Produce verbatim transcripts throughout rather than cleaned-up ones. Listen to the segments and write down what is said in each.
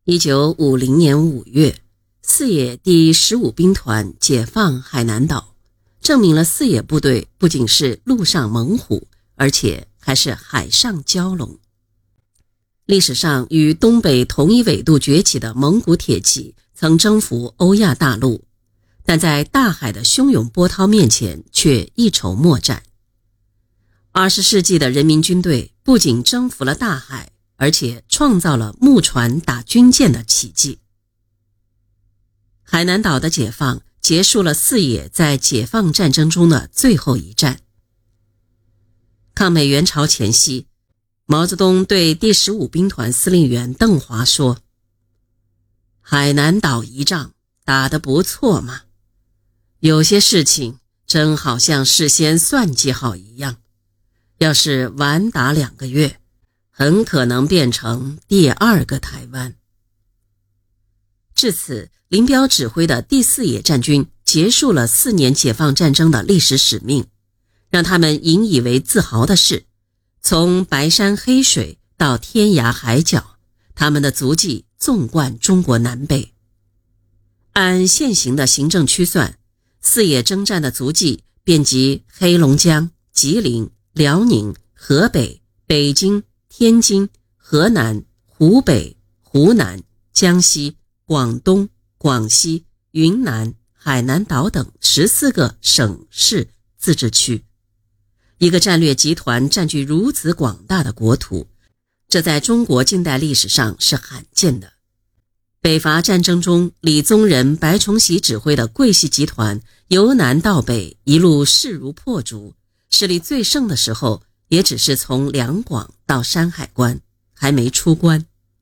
一九五零年五月，四野第十五兵团解放海南岛，证明了四野部队不仅是陆上猛虎，而且还是海上蛟龙。历史上与东北同一纬度崛起的蒙古铁骑曾征服欧亚大陆，但在大海的汹涌波涛面前却一筹莫展。二十世纪的人民军队不仅征服了大海，而且创造了木船打军舰的奇迹。海南岛的解放结束了四野在解放战争中的最后一战。抗美援朝前夕，毛泽东对第十五兵团司令员邓华说：海南岛一仗打得不错嘛，有些事情真好像事先算计好一样，要是晚打两个月，很可能变成第二个台湾。至此，林彪指挥的第四野战军结束了四年解放战争的历史使命。让他们引以为自豪的是，从白山黑水到天涯海角，他们的足迹纵贯中国南北。按现行的行政区算，四野征战的足迹遍及黑龙江、吉林、辽宁、河北、北京、天津、河南、湖北、湖南、江西、广东、广西、云南、海南岛等十四个省市自治区。一个战略集团占据如此广大的国土，这在中国近代历史上是罕见的。北伐战争中，李宗仁、白崇禧指挥的桂系集团由南到北一路势如破竹，势力最盛的时候也只是从两广到山海关，还没出关。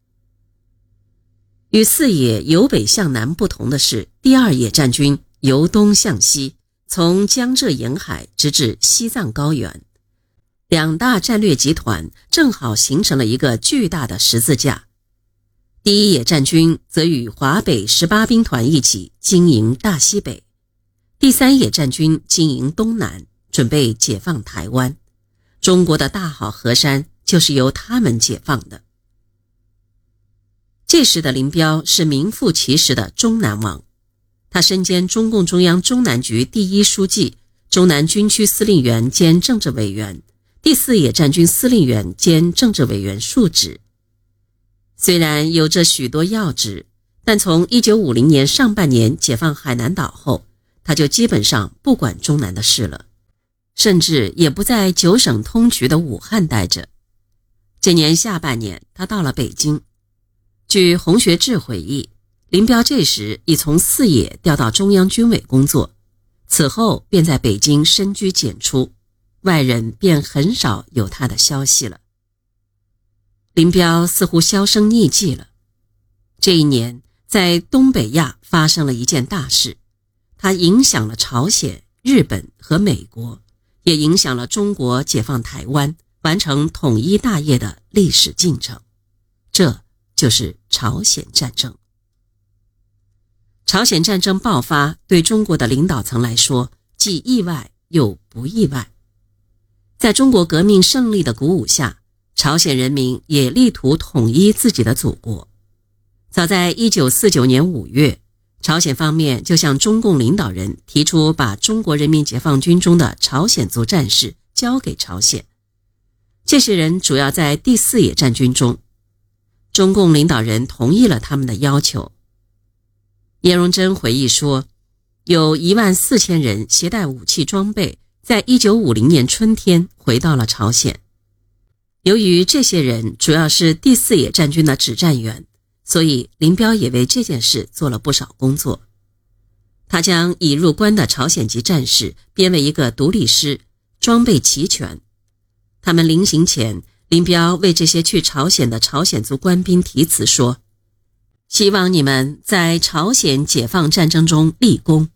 与四野由北向南不同的是，第二野战军由东向西，从江浙沿海直至西藏高原，两大战略集团正好形成了一个巨大的十字架。第一野战军则与华北十八兵团一起经营大西北，第三野战军经营东南，准备解放台湾。中国的大好河山就是由他们解放的。这时的林彪是名副其实的中南王，他身兼中共中央中南局第一书记、中南军区司令员兼政治委员、第四野战军司令员兼政治委员数职。虽然有着许多要职，但从一九五零年上半年解放海南岛后，他就基本上不管中南的事了，甚至也不在九省通衢的武汉待着。这年下半年，他到了北京。据洪学智回忆，林彪这时已从四野调到中央军委工作，此后便在北京深居简出，外人便很少有他的消息了。林彪似乎销声匿迹了。这一年，在东北亚发生了一件大事，它影响了朝鲜、日本和美国，也影响了中国解放台湾、完成统一大业的历史进程。这就是朝鲜战争。朝鲜战争爆发对中国的领导层来说，既意外又不意外。在中国革命胜利的鼓舞下，朝鲜人民也力图统一自己的祖国。早在一九四九年五月，朝鲜方面就向中共领导人提出把中国人民解放军中的朝鲜族战士交给朝鲜。这些人主要在第四野战军中，中共领导人同意了他们的要求。叶荣臻回忆说，有一万四千人携带武器装备，在一九五零年春天回到了朝鲜。由于这些人主要是第四野战军的指战员，所以林彪也为这件事做了不少工作。他将已入关的朝鲜籍战士编为一个独立师，装备齐全。他们临行前，林彪为这些去朝鲜的朝鲜族官兵题词说，希望你们在朝鲜解放战争中立功。